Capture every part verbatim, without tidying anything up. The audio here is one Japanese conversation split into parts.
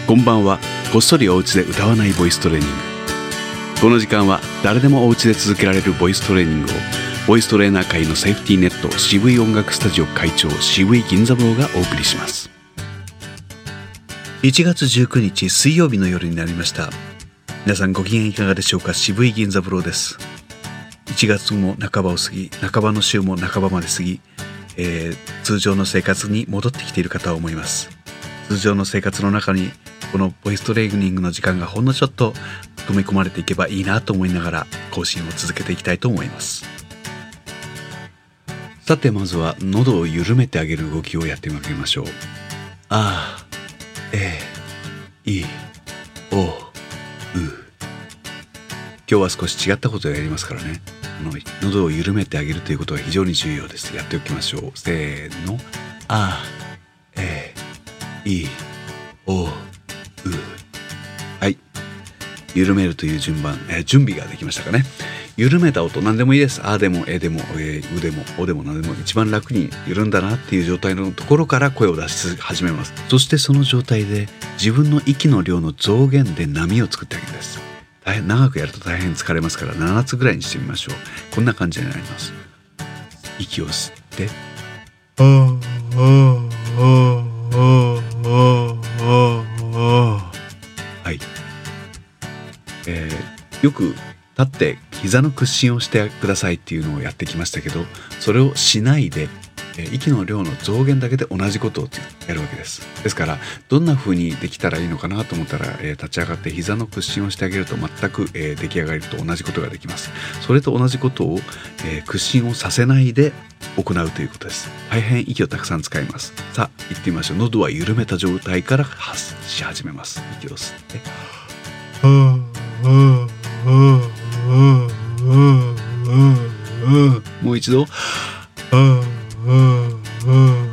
こんばんは。こっそりお家で歌わないボイストレーニング。この時間は誰でもお家で続けられるボイストレーニングをボイストレーナー界のセーフティーネット、渋い音楽スタジオ会長渋い銀座坊がお送りします。いちがつじゅうくにち水曜日の夜になりました。皆さんご機嫌いかがでしょうか。渋い銀座坊です。いちがつも半ばを過ぎ、半ばの週も半ばまで過ぎ、えー、通常の生活に戻ってきているかと思います。通常の生活の中にこのボイストレーニングの時間がほんのちょっと組み込まれていけばいいなと思いながら更新を続けていきたいと思います。さて、まずは喉を緩めてあげる動きをやってみましょう。あ、え、い、お、う。今日は少し違ったことをやりますからね。喉を緩めてあげるということが非常に重要です。やっておきましょう。せーの。あ、え、い、お、う。はい。緩めるという順番、えー、準備ができましたかね。緩めた音、何でもいいです。あでも、えでも、えー、うでも、おでも、何でも、一番楽に緩んだなっていう状態のところから声を出し始めます。そしてその状態で自分の息の量の増減で波を作ってあげるんです。大変長くやると大変疲れますからななつぐらいにしてみましょう。こんな感じになります。息を吸ってあーあーあーあーあーはい、えー、よく立って膝の屈伸をしてくださいっていうのをやってきましたけど、それをしないで、えー、息の量の増減だけで同じことをやるわけです。ですからどんな風にできたらいいのかなと思ったら、えー、立ち上がって膝の屈伸をしてあげると全く、えー、出来上がりと同じことができます。それと同じことを、えー、屈伸をさせないで行うということです。大変息をたくさん使います。さあ行ってみましょう。喉は緩めた状態から発し始めます。息を吸ってはーはーはーはーはーもう一度はーはーはーは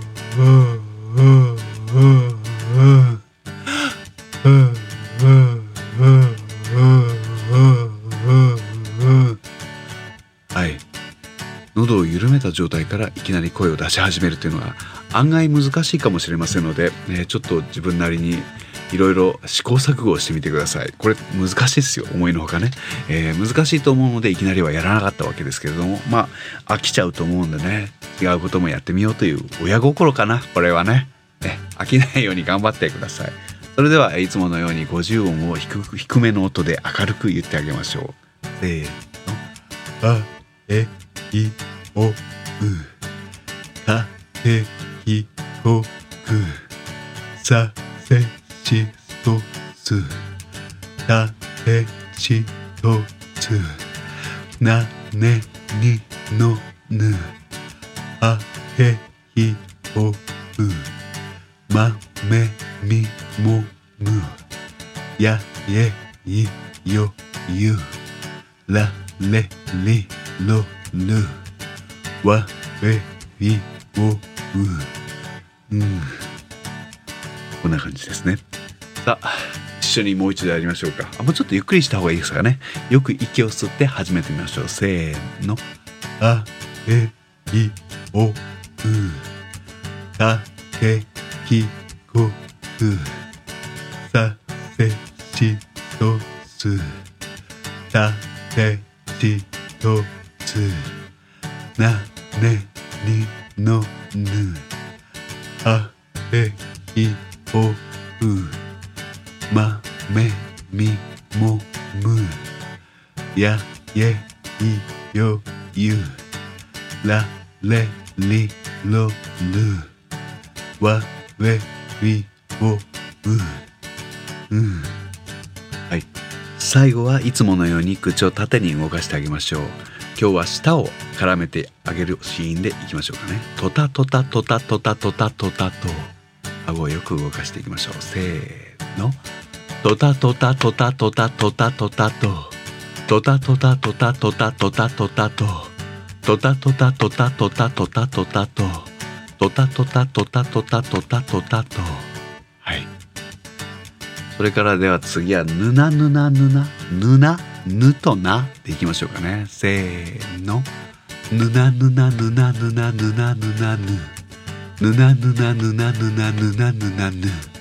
ーはい。喉を緩めた状態からいきなり声を出し始めるというのは案外難しいかもしれませんので、えー、ちょっと自分なりにいろいろ試行錯誤をしてみてください。これ難しいですよ、思いのほかね、えー、難しいと思うのでいきなりはやらなかったわけですけれども、まあ飽きちゃうと思うんでね、違うこともやってみようという親心かな、これはね。ね、飽きないように頑張ってください。それではいつものようにごじゅうおんを低く低めの音で明るく言ってあげましょう。せーの。あ、え、い、お、う。か、て、き、こ、く。さ、せ、し、と、す。た、て、し、と、つ。な、ね、に、の、ぬ。あ、へ、ひ、お、う。ま、め、み、も、む。や、え、い、よ、ゆ。ら、れ、り、ろ、る。わ、え、い、お、う。うん。こんな感じですね。さあ、一緒にもう一度やりましょうか。あ、もうちょっとゆっくりした方がいいですかね。よく息を吸って始めてみましょう。せーの。あ、え、い、お、う。た、て、き、こ、く。さ、せ、し、と、す。た、て、し、と、つ。な、ね、に、の、ぬ。あ、え、い、お、う。ま、め、み、も、む。や、え、い、よ、ゆ。ら、れ、り、ろ、る。わ、れ、り、お、う。うん。はい。最後はいつものように口を縦に動かしてあげましょう。今日は舌を絡めてあげるシーンでいきましょうかね。トタトタトタトタトタトタと顎をよく動かしていきましょう。せーの。トタトタトタトタトタトタとトタトタトタトタトタトタとトタトタトタトタトタトタとトタトタトタトタトタトタと。はい。それからでは次はぬなぬなぬなぬなぬとなでいきましょうかね。せーの。ぬなぬなぬなぬなぬなぬなぬぬなぬなぬなぬなぬなぬなぬ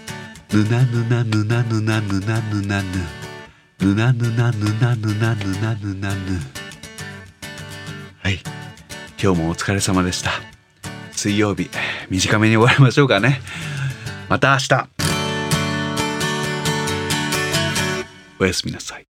ぬなぬなぬなぬなぬなぬなぬぬなぬなぬなぬなぬなぬなぬ。はい、今日もお疲れ様でした。水曜日短めに終わりましょうかね。また明日。おやすみなさい。